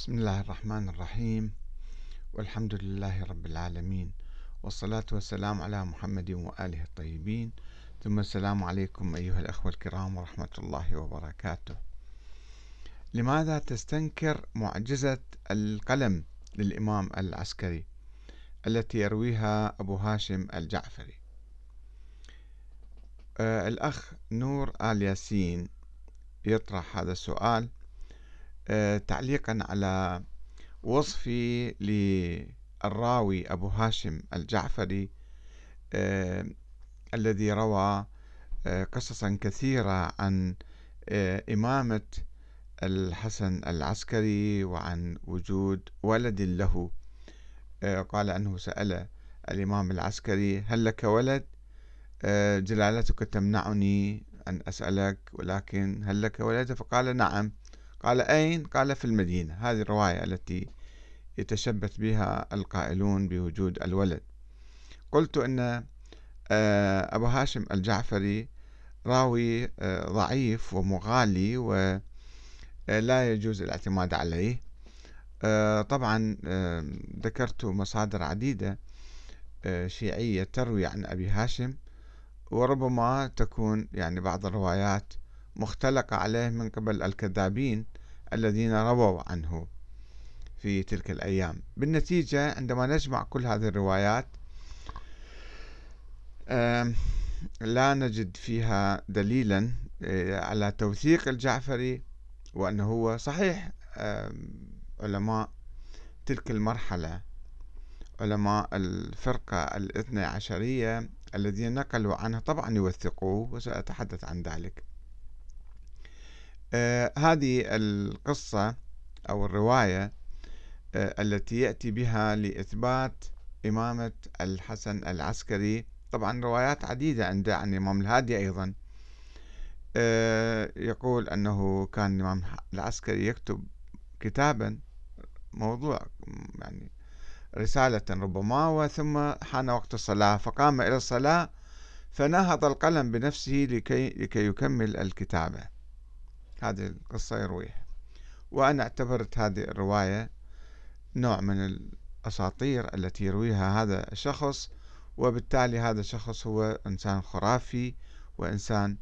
بسم الله الرحمن الرحيم، والحمد لله رب العالمين، والصلاة والسلام على محمد وآله الطيبين، ثم السلام عليكم أيها الأخوة الكرام ورحمة الله وبركاته. لماذا تستنكر معجزة القلم للإمام العسكري التي يرويها أبو هاشم الجعفري؟ الأخ نور آل ياسين يطرح هذا السؤال تعليقا على وصفي للراوي أبو هاشم الجعفري الذي روى قصصا كثيرة عن إمامة الحسن العسكري وعن وجود ولد له. قال أنه سأل الإمام العسكري: هل لك ولد؟ جلالتك تمنعني أن أسألك، ولكن هل لك ولد؟ فقال: نعم. قال: أين؟ قال: في المدينة. هذه الرواية التي يتشبث بها القائلون بوجود الولد. قلت أن أبو هاشم الجعفري راوي ضعيف ومغالي ولا يجوز الاعتماد عليه. طبعا ذكرت مصادر عديدة شيعية تروي عن أبي هاشم، وربما تكون بعض الروايات مختلقة عليه من قبل الكذابين الذين رووا عنه في تلك الأيام. بالنتيجة عندما نجمع كل هذه الروايات لا نجد فيها دليلا على توثيق الجعفري، وأنه هو صحيح. علماء تلك المرحلة، علماء الفرقة الاثنى عشرية الذين نقلوا عنه طبعا يوثقوه، وسأتحدث عن ذلك. هذه القصة أو الرواية التي يأتي بها لإثبات إمامة الحسن العسكري، طبعا روايات عديدة عنده عن الإمام الهادي أيضا. يقول أنه كان الإمام العسكري يكتب كتابا، موضوع رسالة ربما، وثم حان وقت الصلاة فقام إلى الصلاة فنهض القلم بنفسه لكي يكمل الكتابة. هذه القصة يرويها، وأنا اعتبرت هذه الرواية نوع من الأساطير التي يرويها هذا الشخص، وبالتالي هذا الشخص هو إنسان خرافي وإنسان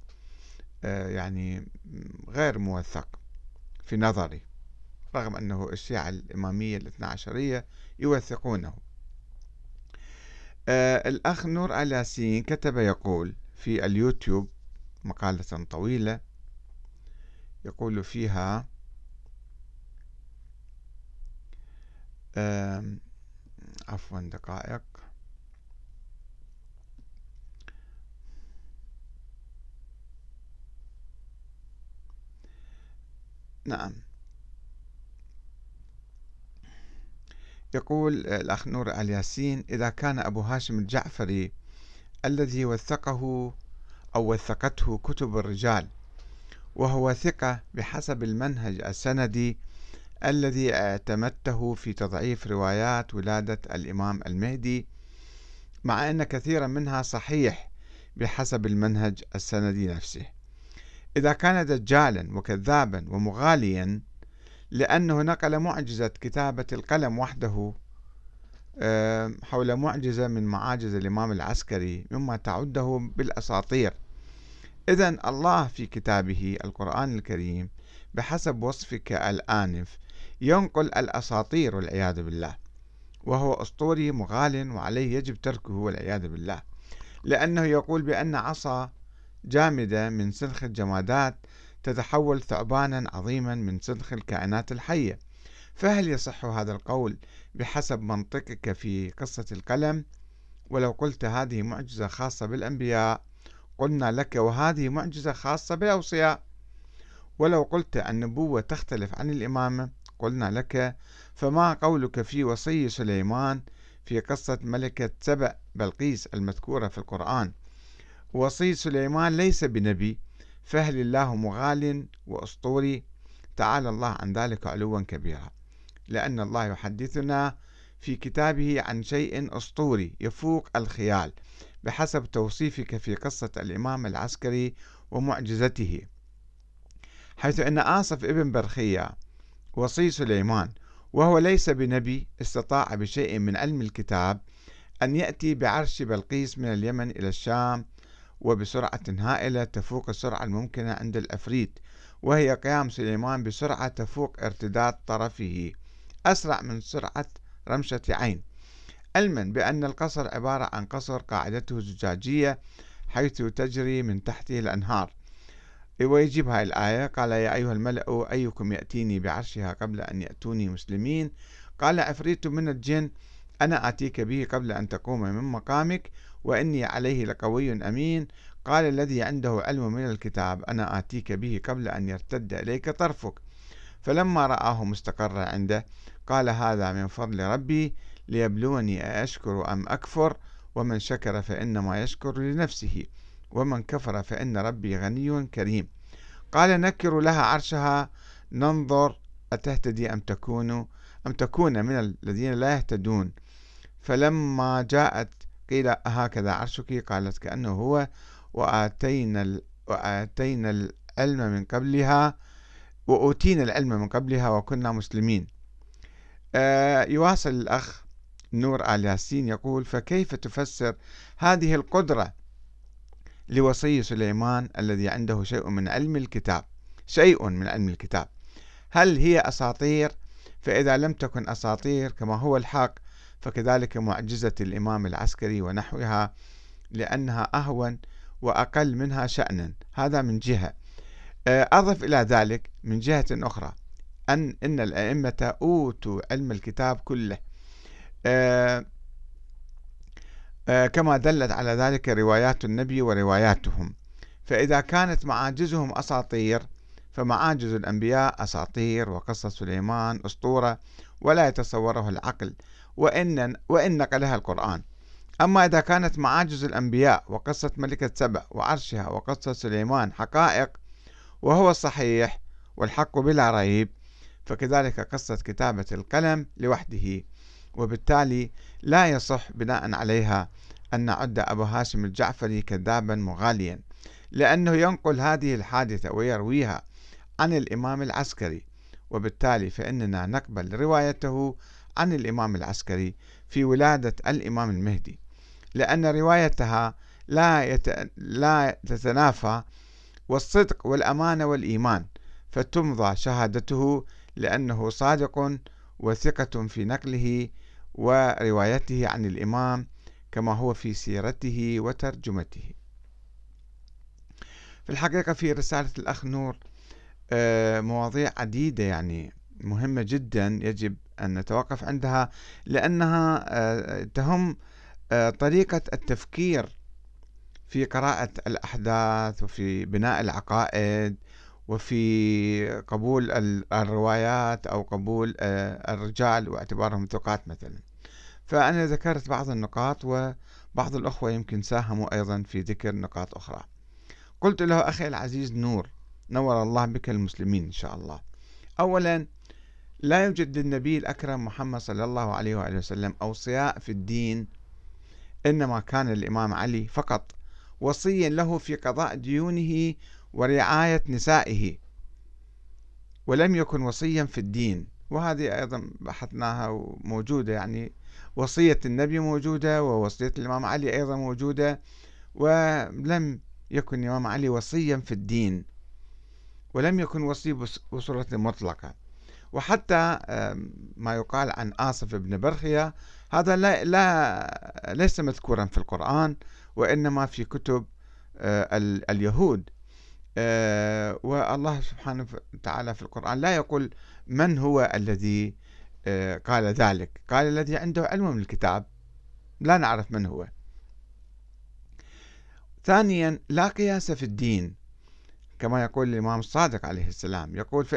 غير موثق في نظري، رغم أنه الشيعة الإمامية الاثنى عشرية يوثقونه. الأخ نور آل ياسين كتب يقول في اليوتيوب مقالة طويلة يقول فيها: عفوا دقائق. نعم، يقول الأخ نور آل ياسين: إذا كان أبو هاشم الجعفري الذي وثقه أو وثقته كتب الرجال وهو ثقة بحسب المنهج السندي الذي اعتمدته في تضعيف روايات ولادة الإمام المهدي، مع أن كثيرا منها صحيح بحسب المنهج السندي نفسه، إذا كان دجالا وكذابا ومغاليا لأنه نقل معجزة كتابة القلم وحده حول معجزة من معاجز الإمام العسكري مما تعده بالأساطير، إذن الله في كتابه القرآن الكريم بحسب وصفك الآنف ينقل الأساطير والعياذ بالله، وهو أسطوري مغال وعليه يجب تركه والعياذ بالله، لأنه يقول بأن عصا جامدة من سلخ الجمادات تتحول ثعبانا عظيما من سلخ الكائنات الحية. فهل يصح هذا القول بحسب منطقك في قصة القلم؟ ولو قلت هذه معجزة خاصة بالأنبياء قلنا لك وهذه معجزة خاصة بالأوصياء، ولو قلت النبوة تختلف عن الإمامة قلنا لك فما قولك في وصي سليمان في قصة ملكة سبأ بلقيس المذكورة في القرآن؟ وصي سليمان ليس بنبي، فهل الله مغال وأسطوري؟ تعالى الله عن ذلك علوا كبيرا، لأن الله يحدثنا في كتابه عن شيء أسطوري يفوق الخيال بحسب توصيفك في قصة الإمام العسكري ومعجزته، حيث أن آصف ابن برخية وصي سليمان وهو ليس بنبي استطاع بشيء من علم الكتاب أن يأتي بعرش بلقيس من اليمن إلى الشام وبسرعة هائلة تفوق السرعة الممكنة عند الأفريت، وهي قيام سليمان بسرعة تفوق ارتداد طرفه أسرع من سرعة رمشة عين، علما بأن القصر عبارة عن قصر قاعدته زجاجية حيث تجري من تحته الأنهار. ويجيب هاي الآية: قال يا أيها الملأ أيكم يأتيني بعرشها قبل أن يأتوني مسلمين، قال عفريت من الجن أنا آتيك به قبل أن تقوم من مقامك وإني عليه لقوي أمين، قال الذي عنده علم من الكتاب أنا آتيك به قبل أن يرتد إليك طرفك، فلما رآه مستقرا عنده قال هذا من فضل ربي ليبلوني أشكر أم أكفر، ومن شكر فإنما يشكر لنفسه ومن كفر فإن ربي غني كريم. قال نكر لها عرشها ننظر أتهتدي أم تكون من الذين لا يهتدون، فلما جاءت قيل هكذا عرشك قالت كأنه هو وأوتينا العلم من قبلها وكنا مسلمين. يواصل الأخ نور آل ياسين يقول: فكيف تفسر هذه القدرة لوصي سليمان الذي عنده شيء من علم الكتاب؟ هل هي أساطير؟ فإذا لم تكن أساطير كما هو الحق فكذلك معجزة الإمام العسكري ونحوها، لأنها أهون وأقل منها شأنا. هذا من جهة. أضف إلى ذلك من جهة أخرى إن الأئمة أوتوا علم الكتاب كله، كما دلت على ذلك روايات النبي ورواياتهم، فإذا كانت معاجزهم أساطير فمعاجز الأنبياء أساطير، وقصة سليمان أسطورة ولا يتصوره العقل وإن نقلها القرآن. أما إذا كانت معاجز الأنبياء وقصة ملكة سبأ وعرشها وقصة سليمان حقائق وهو الصحيح والحق بلا ريب، فكذلك قصة كتابة القلم لوحده، وبالتالي لا يصح بناء عليها أن نعد أبو هاشم الجعفري كذابا مغاليا، لأنه ينقل هذه الحادثة ويرويها عن الإمام العسكري، وبالتالي فإننا نقبل روايته عن الإمام العسكري في ولادة الإمام المهدي، لأن روايتها لا تتنافى والصدق والأمانة والإيمان، فتمضى شهادته لأنه صادق وثقة في نقله وروايته عن الإمام كما هو في سيرته وترجمته. في الحقيقة في رسالة الأخ نور مواضيع عديدة يعني مهمة جدا يجب أن نتوقف عندها، لأنها تهم طريقة التفكير في قراءة الأحداث وفي بناء العقائد وفي قبول الروايات أو قبول الرجال واعتبارهم ثقات مثلا. فأنا ذكرت بعض النقاط وبعض الأخوة يمكن ساهموا أيضا في ذكر نقاط أخرى. قلت له: أخي العزيز نور، نور الله بك المسلمين إن شاء الله. أولا، لا يوجد للنبي الأكرم محمد صلى الله عليه وآله وسلم أوصياء في الدين، إنما كان الإمام علي فقط وصيا له في قضاء ديونه ورعاية نسائه، ولم يكن وصيا في الدين. وهذه أيضا بحثناها وموجودة، يعني وصية النبي موجودة ووصية الإمام علي أيضا موجودة، ولم يكن الإمام علي وصيا في الدين، ولم يكن وصي بصورة مطلقة. وحتى ما يقال عن آصف بن برخية هذا ليس مذكورا في القرآن، وإنما في كتب اليهود، والله سبحانه وتعالى في القرآن لا يقول من هو الذي قال ذلك، قال الذي عنده علم من الكتاب، لا نعرف من هو. ثانيا، لا قياس في الدين، كما يقول الإمام الصادق عليه السلام، يقول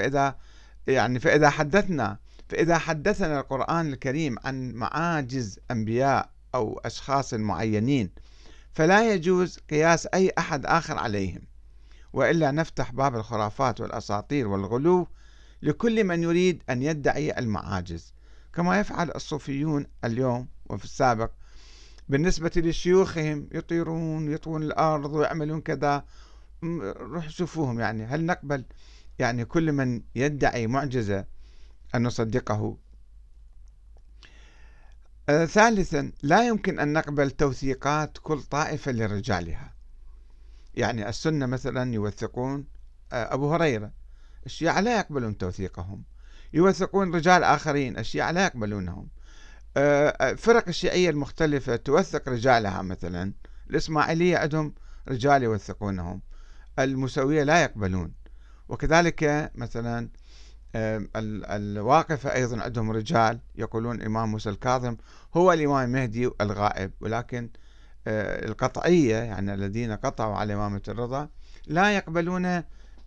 فإذا حدثنا القرآن الكريم عن معاجز أنبياء أو أشخاص معينين فلا يجوز قياس أي أحد آخر عليهم، وإلا نفتح باب الخرافات والأساطير والغلو لكل من يريد أن يدعي المعاجز، كما يفعل الصوفيون اليوم وفي السابق بالنسبة لشيوخهم، يطون الأرض ويعملون كذا. روح شوفوهم، هل نقبل كل من يدعي معجزة أن نصدقه؟ ثالثا، لا يمكن أن نقبل توثيقات كل طائفة لرجالها. يعني السنة مثلا يوثقون أبو هريرة، الشيعة لا يقبلون توثيقهم. يوثقون رجال آخرين، الشيعة لا يقبلونهم. فرق الشيعية المختلفة توثق رجالها، مثلا الإسماعيلية عندهم رجال يوثقونهم، الموسوية لا يقبلون. وكذلك مثلا الواقفة أيضا عندهم رجال يقولون الإمام موسى الكاظم هو الإمام المهدي الغائب، ولكن القطعية يعني الذين قطعوا على إمامة الرضا لا يقبلون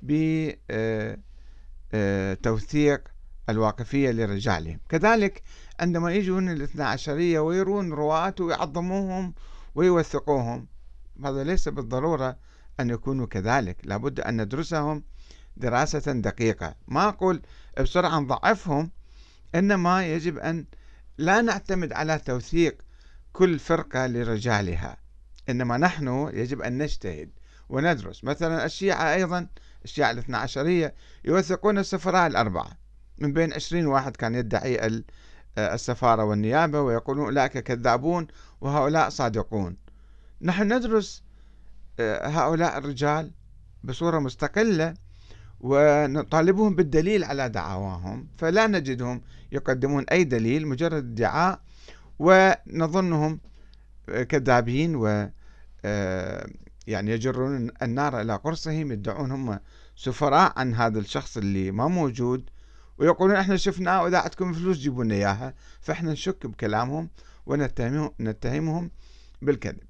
بتوثيق الواقفية لرجالهم. كذلك عندما يجون الاثنى عشرية ويرون رواة ويعظموهم ويوثقوهم، هذا ليس بالضرورة أن يكونوا كذلك، لابد أن ندرسهم دراسة دقيقة. ما أقول بسرعة نضعفهم، إنما يجب أن لا نعتمد على توثيق كل فرقة لرجالها، إنما نحن يجب أن نجتهد وندرس. مثلا الشيعة أيضا، الشيعة الاثنى عشرية يوثقون السفراء الأربعة، من بين 20 واحد كان يدعي السفارة والنيابة، ويقولون أولئك كذابون وهؤلاء صادقون. نحن ندرس هؤلاء الرجال بصورة مستقلة ونطالبهم بالدليل على دعواهم، فلا نجدهم يقدمون أي دليل، مجرد ادعاء، ونظنهم كذابين و يعني يجرون النار إلى قرصهم، يدعون هم سفراء عن هذا الشخص اللي ما موجود، ويقولون احنا شفناه وإذا عندكم فلوس جيبوا لنا إياها. فاحنا نشك بكلامهم ونتهمهم بالكذب.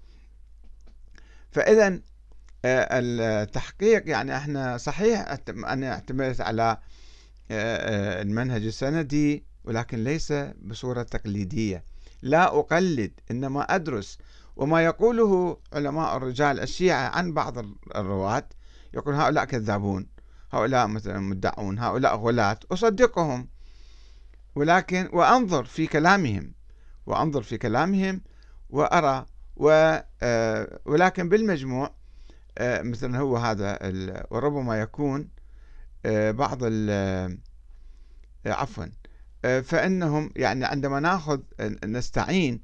فإذا التحقيق، يعني احنا صحيح أنا اعتمدت على المنهج السندي، ولكن ليس بصورة تقليدية، لا أقلد، إنما أدرس. وما يقوله علماء الرجال الشيعة عن بعض الرواة، يقول هؤلاء كذابون، هؤلاء مثلا مدعون، هؤلاء غلاة، أصدقهم، ولكن وأنظر في كلامهم وأرى ولكن بالمجموع مثلا هو هذا وربما يكون بعض عفوا فإنهم يعني عندما نستعين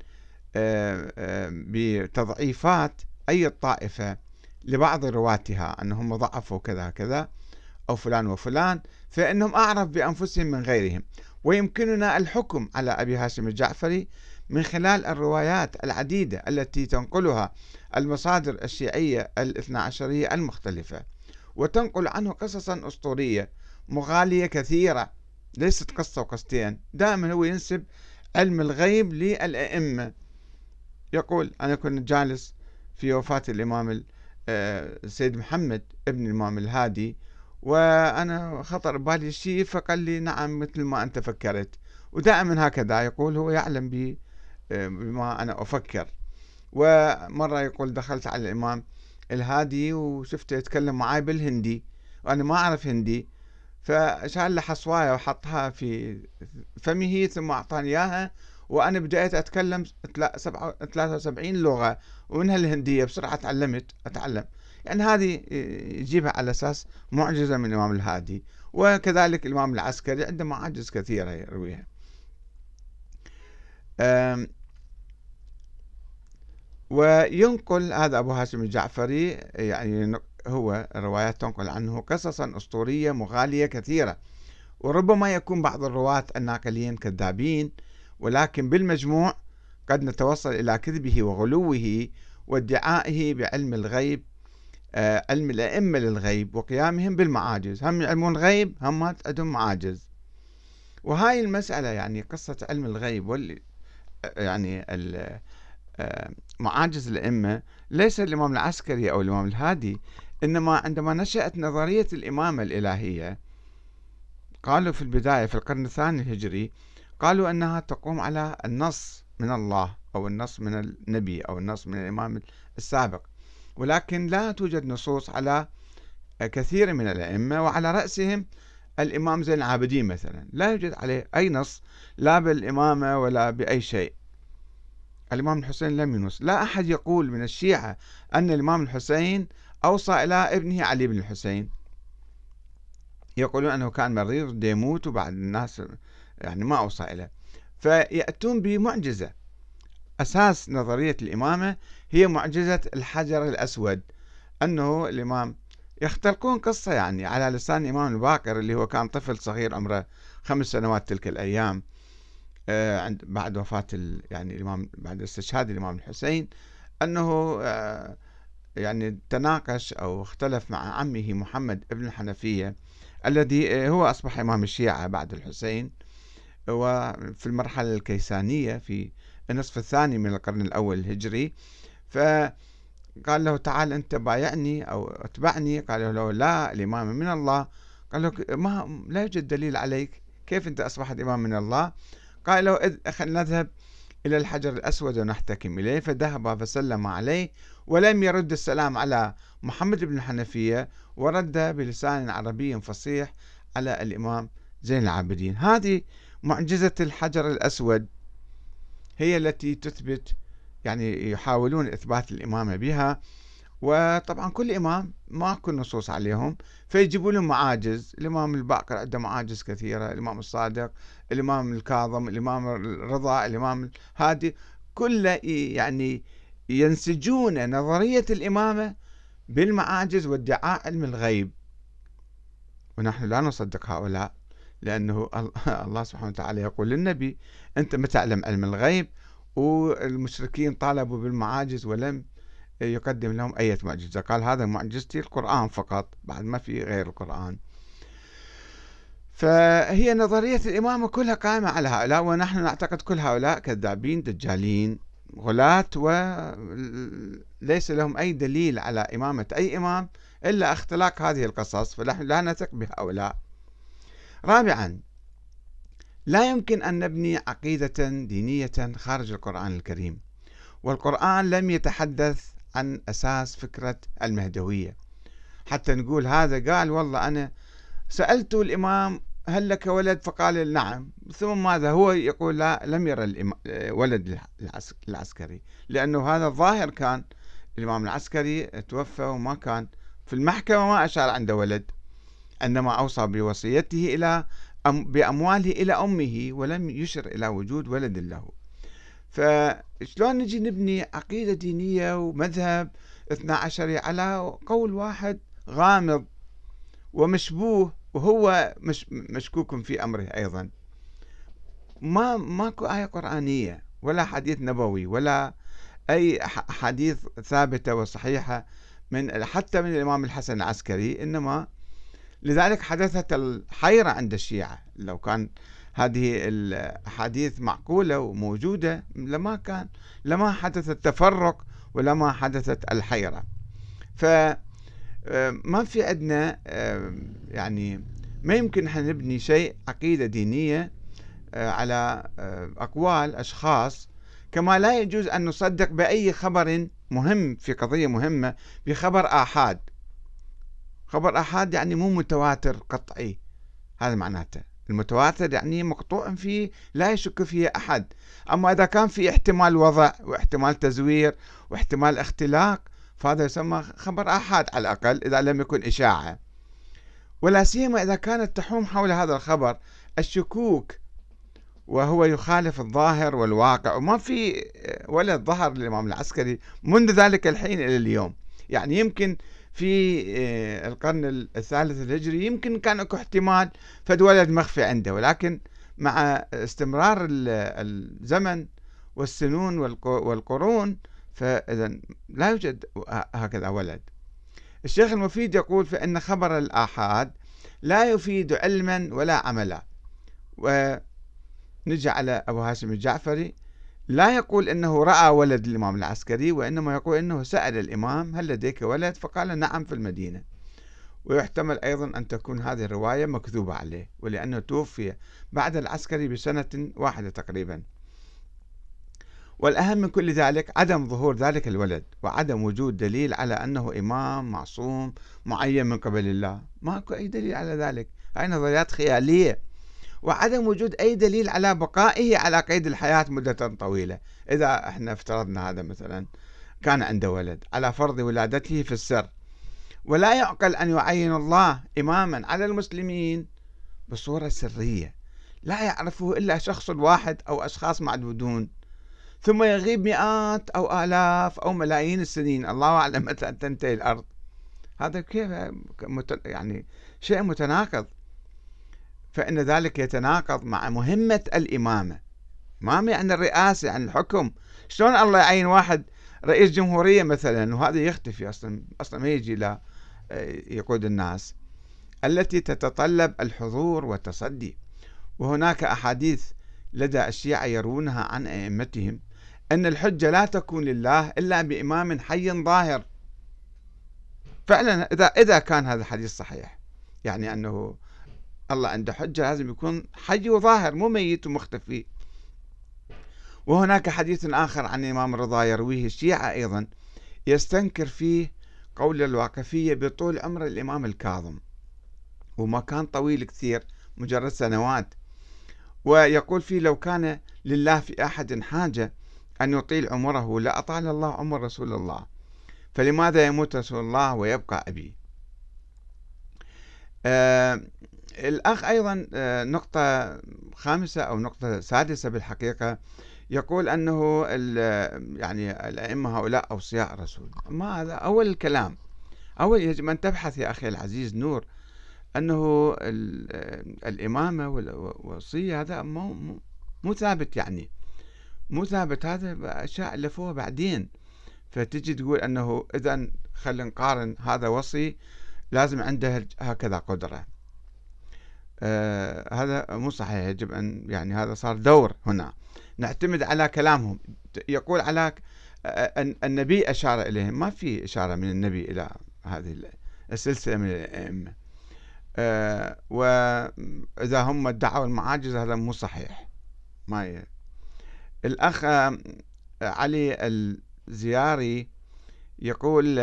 بتضعيفات أي طائفة لبعض رواتها أنهم ضعفوا كذا كذا أو فلان وفلان، فإنهم أعرف بأنفسهم من غيرهم. ويمكننا الحكم على أبي هاشم الجعفري من خلال الروايات العديدة التي تنقلها المصادر الشيعية الاثنى عشرية المختلفة، وتنقل عنه قصصا أسطورية مغالية كثيرة، ليست قصة وقصتين. دائما هو ينسب علم الغيب للأئمة، يقول أنا كنت جالس في وفاة الإمام السيد محمد ابن الإمام الهادي، وأنا خطر بالي شيء فقال لي نعم مثل ما أنت فكرت. ودائما هكذا يقول، هو يعلم بما أنا أفكر. ومرة يقول دخلت على الإمام الهادي وشفته يتكلم معي بالهندي وأنا ما أعرف هندي، فشال له حصواية وحطها في فمه ثم أعطاني إياها، وأنا بدأت أتكلم 73 لغة ومنها الهندية بسرعة أتعلم. يعني هذه يجيبها على أساس معجزة من الإمام الهادي. وكذلك الإمام العسكري عنده معاجز كثيرة يرويها. وينقل هذا أبو هاشم الجعفري، يعني هو روايات تنقل عنه قصصا أسطورية مغالية كثيرة، وربما يكون بعض الرواة الناقلين كذابين، ولكن بالمجموع قد نتوصل إلى كذبه وغلوه وادعائه بعلم الغيب، علم الأئمة للغيب وقيامهم بالمعاجز. هم يعلمون غيب، هم عندهم معاجز. وهاي المسألة يعني قصة علم الغيب يعني معاجز الأئمة ليس الإمام العسكري أو الإمام الهادي، إنما عندما نشأت نظرية الإمامة الإلهية قالوا في البداية في القرن الثاني الهجري، قالوا أنها تقوم على النص من الله أو النص من النبي أو النص من الإمام السابق، ولكن لا توجد نصوص على كثير من الأئمة، وعلى رأسهم الإمام زين العابدين مثلا لا يوجد عليه أي نص، لا بالإمامة ولا بأي شيء. الإمام الحسين لم ينص، لا أحد يقول من الشيعة أن الإمام الحسين أوصى إلى ابنه علي بن الحسين، يقولون أنه كان مريض يموت وبعد الناس يعني ما أوصى إليه. فيأتون بمعجزة. أساس نظرية الإمامة هي معجزة الحجر الأسود، أنه الإمام يختلقون قصة يعني على لسان الإمام الباقر اللي هو كان طفل صغير عمره 5 سنوات تلك الأيام، عند بعد وفاة يعني الإمام، بعد استشهاد الإمام الحسين، أنه يعني تناقش أو اختلف مع عمه محمد ابن الحنفية الذي هو أصبح إمام الشيعة بعد الحسين، وفي المرحلة الكيسانية في النصف الثاني من القرن الأول الهجري. فقال له تعال أنت بايعني أو اتبعني. قال له لا، الإمامة من الله. قال له لا يوجد دليل عليك، كيف أنت أصبحت إمام من الله؟ قال له خلينا نذهب إلى الحجر الأسود ونحتكم إليه. فذهب فسلم عليه، ولم يرد السلام على محمد بن الحنفية، ورد بلسان عربي فصيح على الإمام زين العابدين. هذه معجزة الحجر الأسود هي التي تثبت، يعني يحاولون إثبات الإمامة بها. وطبعا كل إمام ماكو نصوص عليهم، فيجيبوا لهم معاجز. الإمام الباقر عنده معاجز كثيرة، الإمام الصادق، الإمام الكاظم، الإمام الرضا، الإمام الهادي، كله يعني ينسجون نظرية الإمامة بالمعاجز وادعاء علم الغيب. ونحن لا نصدق هؤلاء، لأنه الله سبحانه وتعالى يقول للنبي أنت ما تعلم علم الغيب، والمشركين طالبوا بالمعاجز ولم يقدم لهم أي معجزة. قال هذا معجزتي القرآن فقط، بعد ما في غير القرآن. فهي نظرية الإمامة كلها قائمة على هؤلاء، ونحن نعتقد كل هؤلاء كذابين دجالين غلاة، وليس لهم أي دليل على إمامة أي إمام إلا اختلاق هذه القصص، فنحن لا نثق بهؤلاء. رابعا، لا يمكن أن نبني عقيدة دينية خارج القرآن الكريم، والقرآن لم يتحدث عن أساس فكرة المهدوية حتى نقول هذا قال والله أنا سألت الإمام هل لك ولد فقال نعم، ثم ماذا؟ هو يقول لا، لم يرى ولد العسكري، لأنه هذا الظاهر كان الإمام العسكري توفى وما كان في المحكمة، ما أشار عنده ولد، إنما أوصى بوصيته بأمواله إلى أمه، ولم يشر إلى وجود ولد له. فشلون نجي نبني عقيدة دينية ومذهب 12 على قول واحد غامض ومشبوه، وهو مشكوك في أمره أيضا؟ ماكو آية قرآنية ولا حديث نبوي ولا أي حديث ثابتة وصحيحة حتى من الإمام الحسن العسكري. إنما لذلك حدثت الحيرة عند الشيعة. لو كان هذه الأحاديث معقولة وموجودة لما حدث التفرق ولما حدثت الحيرة. فما في عندنا يعني ما يمكن أن نبني شيء عقيدة دينية على أقوال أشخاص، كما لا يجوز أن نصدق بأي خبر مهم في قضية مهمة بخبر آحاد. خبر آحاد يعني مو متواتر قطعي، هذا معناته. المتواتر يعني مقطوع فيه لا يشك فيه أحد. أما إذا كان في احتمال وضع واحتمال تزوير واحتمال اختلاق، فهذا يسمى خبر آحاد على الأقل إذا لم يكن إشاعة. ولا سيما إذا كانت تحوم حول هذا الخبر الشكوك وهو يخالف الظاهر والواقع، وما في ولد ظهر للإمام العسكري منذ ذلك الحين إلى اليوم. يعني يمكن في القرن الثالث الهجري يمكن كان اكو احتمال فد ولد مخفي عنده، ولكن مع استمرار الزمن والسنون والقرون فإذا لا يوجد هكذا ولد. الشيخ المفيد يقول فإن خبر الآحاد لا يفيد علما ولا عملا. ونجي على أبو هاشم الجعفري، لا يقول إنه رأى ولد الإمام العسكري، وإنما يقول إنه سأل الإمام هل لديك ولد فقال نعم في المدينة. ويحتمل أيضا أن تكون هذه الرواية مكذوبة عليه، ولأنه توفي بعد العسكري بسنة واحدة تقريبا. والأهم من كل ذلك عدم ظهور ذلك الولد، وعدم وجود دليل على أنه إمام معصوم معين من قبل الله. ماكو أي دليل على ذلك، هاي نظريات خيالية. وعدم وجود أي دليل على بقائه على قيد الحياة مدة طويلة. إذا احنا افترضنا هذا مثلا كان عنده ولد على فرض ولادته في السر، ولا يعقل أن يعين الله إماما على المسلمين بصورة سرية، لا يعرفه إلا شخص واحد أو أشخاص معدودون، ثم يغيب مئات أو آلاف أو ملايين السنين، الله أعلم متى تنتهي الأرض. هذا كيف يعني شيء متناقض. فإن ذلك يتناقض مع مهمة الإمامة. إمامة يعني الرئاسة، يعني الحكم. شلون الله يعين واحد رئيس جمهورية مثلا وهذا يختفي أصلا ما يجي لا يقود الناس، التي تتطلب الحضور والتصدي. وهناك أحاديث لدى الشيعة يروونها عن أئمتهم أن الحجة لا تكون لله إلا بإمام حي ظاهر. فعلا إذا كان هذا الحديث صحيح، يعني أنه الله عنده حجة لازم يكون حي وظاهر، مو ميت ومختفي. وهناك حديث آخر عن الإمام الرضا يرويه الشيعة أيضا، يستنكر فيه قول الواقفية بطول عمر الإمام الكاظم، وما كان طويل كثير، مجرد سنوات. ويقول فيه لو كان لله في أحد حاجة أن يطيل عمره لأطال الله عمر رسول الله، فلماذا يموت رسول الله ويبقى أبي؟ الأخ أيضا نقطة خامسة أو نقطة سادسة بالحقيقة، يقول أنه يعني الأئمة هؤلاء أوصياء الرسول. ما هذا أول الكلام. أول يجب أن تبحث يا أخي العزيز نور أنه الإمامة والوصية هذا مو ثابت، يعني مو ثابت، هذا أشياء ألفوها بعدين. فتجي تقول أنه إذا خلينا نقارن، هذا وصي لازم عنده هكذا قدرة. هذا مو صحيح. يجب أن يعني هذا صار دور هنا نعتمد على كلامهم. يقول على النبي أشار إليهم، ما في إشارة من النبي إلى هذه السلسلة من الأئمة. وإذا هم ادعوا المعاجز هذا مو صحيح. ما الأخ علي الزياري يقول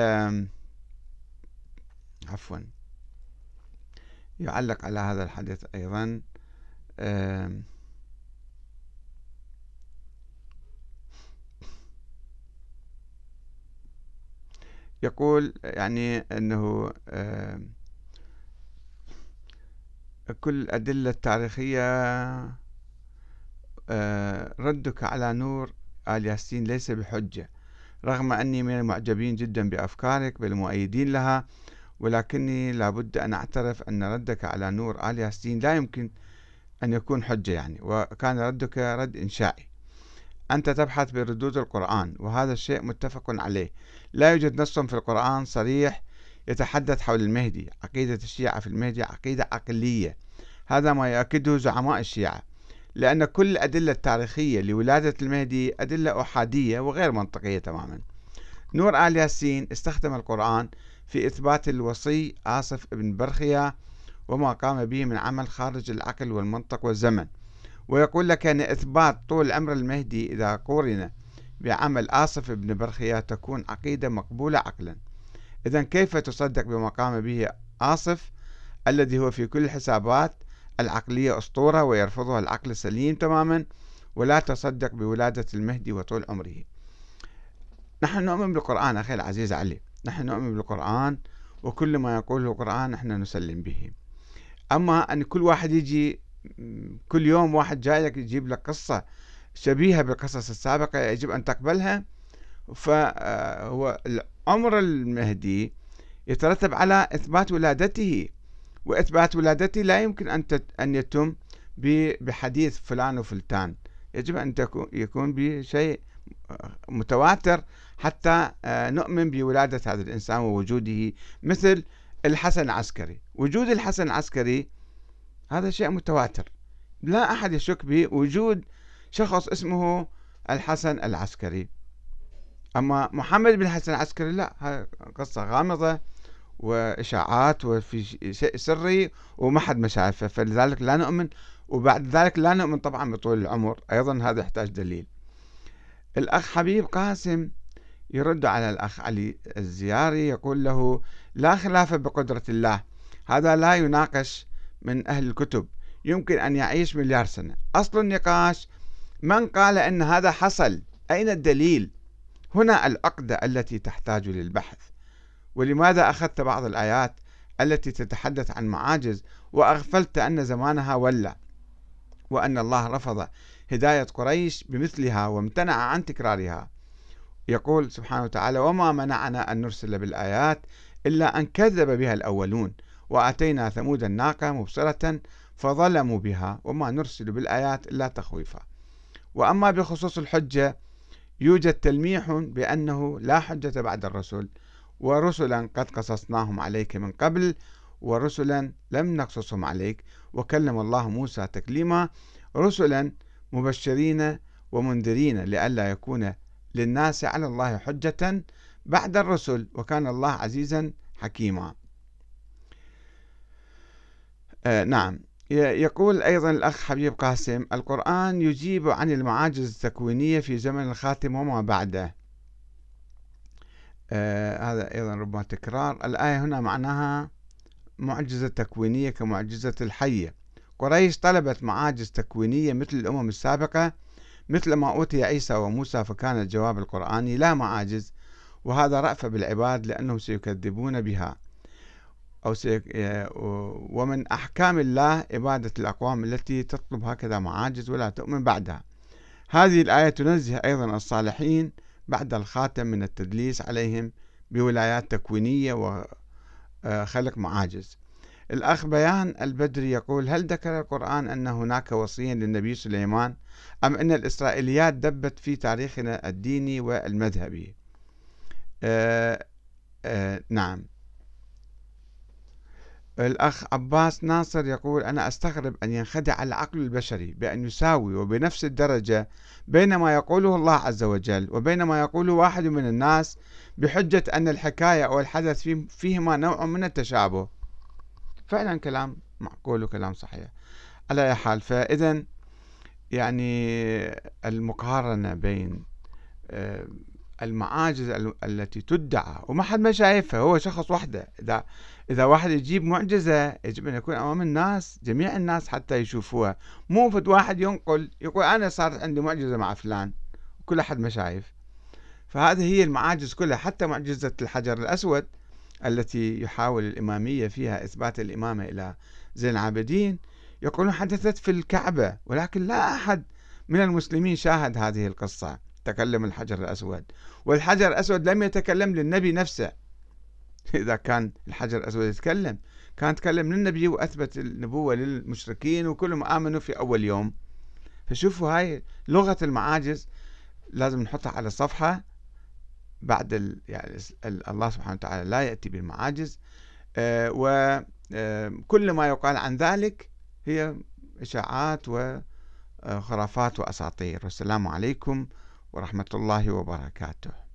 عفوا يعلق على هذا الحديث أيضا. يقول يعني أنه كل الأدلة التاريخية ردك على نور آل ياسين ليس بحجة، رغم أني من المعجبين جدا بأفكارك بل مؤيدين لها، ولكني لابد أن أعترف أن ردك على نور آل ياسين لا يمكن أن يكون حجة يعني، وكان ردك رد إنشائي. أنت تبحث بردود القرآن وهذا الشيء متفق عليه. لا يوجد نص في القرآن صريح يتحدث حول المهدي. عقيدة الشيعة في المهدي عقيدة عقلية، هذا ما يؤكده زعماء الشيعة، لأن كل الأدلة التاريخية لولادة المهدي أدلة أحادية وغير منطقية تماما. نور آل ياسين استخدم القرآن في إثبات الوصي آصف بن برخيا وما قام به من عمل خارج العقل والمنطق والزمن، ويقول لك أن إثبات طول عمر المهدي إذا قورن بعمل آصف بن برخيا تكون عقيدة مقبولة عقلا. إذن كيف تصدق بما قام به آصف الذي هو في كل الحسابات العقلية أسطورة ويرفضها العقل السليم تماما، ولا تصدق بولادة المهدي وطول عمره؟ نحن نؤمن بالقرآن أخي العزيز علي، نحن نؤمن بالقرآن وكل ما يقوله القرآن نحن نسلم به. أما أن كل واحد يجي كل يوم واحد جاي لك يجيب لك قصة شبيهة بالقصص السابقة يجب أن تقبلها، فهو عمر المهدي يترتب على إثبات ولادته، وإثبات ولادته لا يمكن أن يتم بحديث فلان وفلتان، يجب أن يكون بشيء متواتر حتى نؤمن بولادة هذا الإنسان ووجوده. مثل الحسن العسكري، وجود الحسن العسكري هذا شيء متواتر، لا أحد يشك بوجود شخص اسمه الحسن العسكري. أما محمد بن الحسن العسكري لا، قصة غامضة وإشاعات وفي شيء سري وما حد مشاعفه، فلذلك لا نؤمن. وبعد ذلك لا نؤمن طبعا بطول العمر، أيضا هذا يحتاج دليل. الأخ حبيب قاسم يرد على الأخ علي الزياري، يقول له لا خلاف بقدرة الله، هذا لا يناقش من أهل الكتب، يمكن أن يعيش مليار سنة. أصل النقاش من قال أن هذا حصل، أين الدليل؟ هنا العقدة التي تحتاج للبحث. ولماذا أخذت بعض الآيات التي تتحدث عن معاجز وأغفلت أن زمانها ولى؟ وأن الله رفض هداية قريش بمثلها وامتنع عن تكرارها. يقول سبحانه وتعالى: وما منعنا أن نرسل بالآيات إلا أن كذب بها الأولون وآتينا ثمود الناقة مبصرة فظلموا بها وما نرسل بالآيات إلا تخويفا. وأما بخصوص الحجة يوجد تلميح بأنه لا حجة بعد الرسل، ورسلا قد قصصناهم عليك من قبل ورسلا لم نقصصهم عليك، وكلم الله موسى تكليما، رسلا مبشرين ومنذرين لئلا يكون للناس على الله حجة بعد الرسل، وكان الله عزيزا حكيما. نعم. يقول أيضا الأخ حبيب قاسم: القرآن يجيب عن المعاجز التكوينية في زمن الخاتم وما بعده. هذا أيضا ربما تكرار. الآية هنا معناها معجزة تكوينية كمعجزة الحية. قريش طلبت معاجز تكوينية مثل الأمم السابقة مثل ما أوتي عيسى وموسى، فكان الجواب القرآني لا معاجز، وهذا رأفة بالعباد لأنهم سيكذبون بها ومن أحكام الله إبادة الأقوام التي تطلب هكذا معاجز ولا تؤمن بعدها. هذه الآية تنزه أيضا الصالحين بعد الخاتم من التدليس عليهم بولايات تكوينية وخلق معاجز. الأخ بيان البدري يقول: هل ذكر القرآن أن هناك وصيا للنبي سليمان أم أن الإسرائيليات دبت في تاريخنا الديني والمذهبي؟ نعم. الأخ عباس ناصر يقول: أنا أستغرب أن ينخدع العقل البشري بأن يساوي وبنفس الدرجة بين ما يقوله الله عز وجل وبين ما يقوله واحد من الناس بحجة أن الحكاية أو الحدث فيهما نوع من التشابه. فعلا كلام معقول وكلام صحيح. على أي حال، فإذا يعني المقارنة بين المعاجز التي تدعى وما حد ما شايفها، هو شخص وحده، إذا واحد يجيب معجزة يجب أن يكون أمام الناس، جميع الناس حتى يشوفوها، مو فد واحد ينقل يقول أنا صارت عندي معجزة مع فلان وكل أحد ما شايف. فهذه هي المعاجز كلها، حتى معجزة الحجر الأسود التي يحاول الإمامية فيها إثبات الإمامة إلى زين العابدين، يقولون حدثت في الكعبة، ولكن لا أحد من المسلمين شاهد هذه القصة، تكلم الحجر الأسود، والحجر الأسود لم يتكلم للنبي نفسه. إذا كان الحجر الأسود يتكلم كان تكلم للنبي وأثبت النبوة للمشركين وكلهم آمنوا في أول يوم. فشوفوا هاي لغة المعاجز لازم نحطها على صفحة. بعد يعني الله سبحانه وتعالى لا يأتي بالمعاجز، وكل ما يقال عن ذلك هي إشاعات وخرافات وأساطير. والسلام عليكم ورحمة الله وبركاته.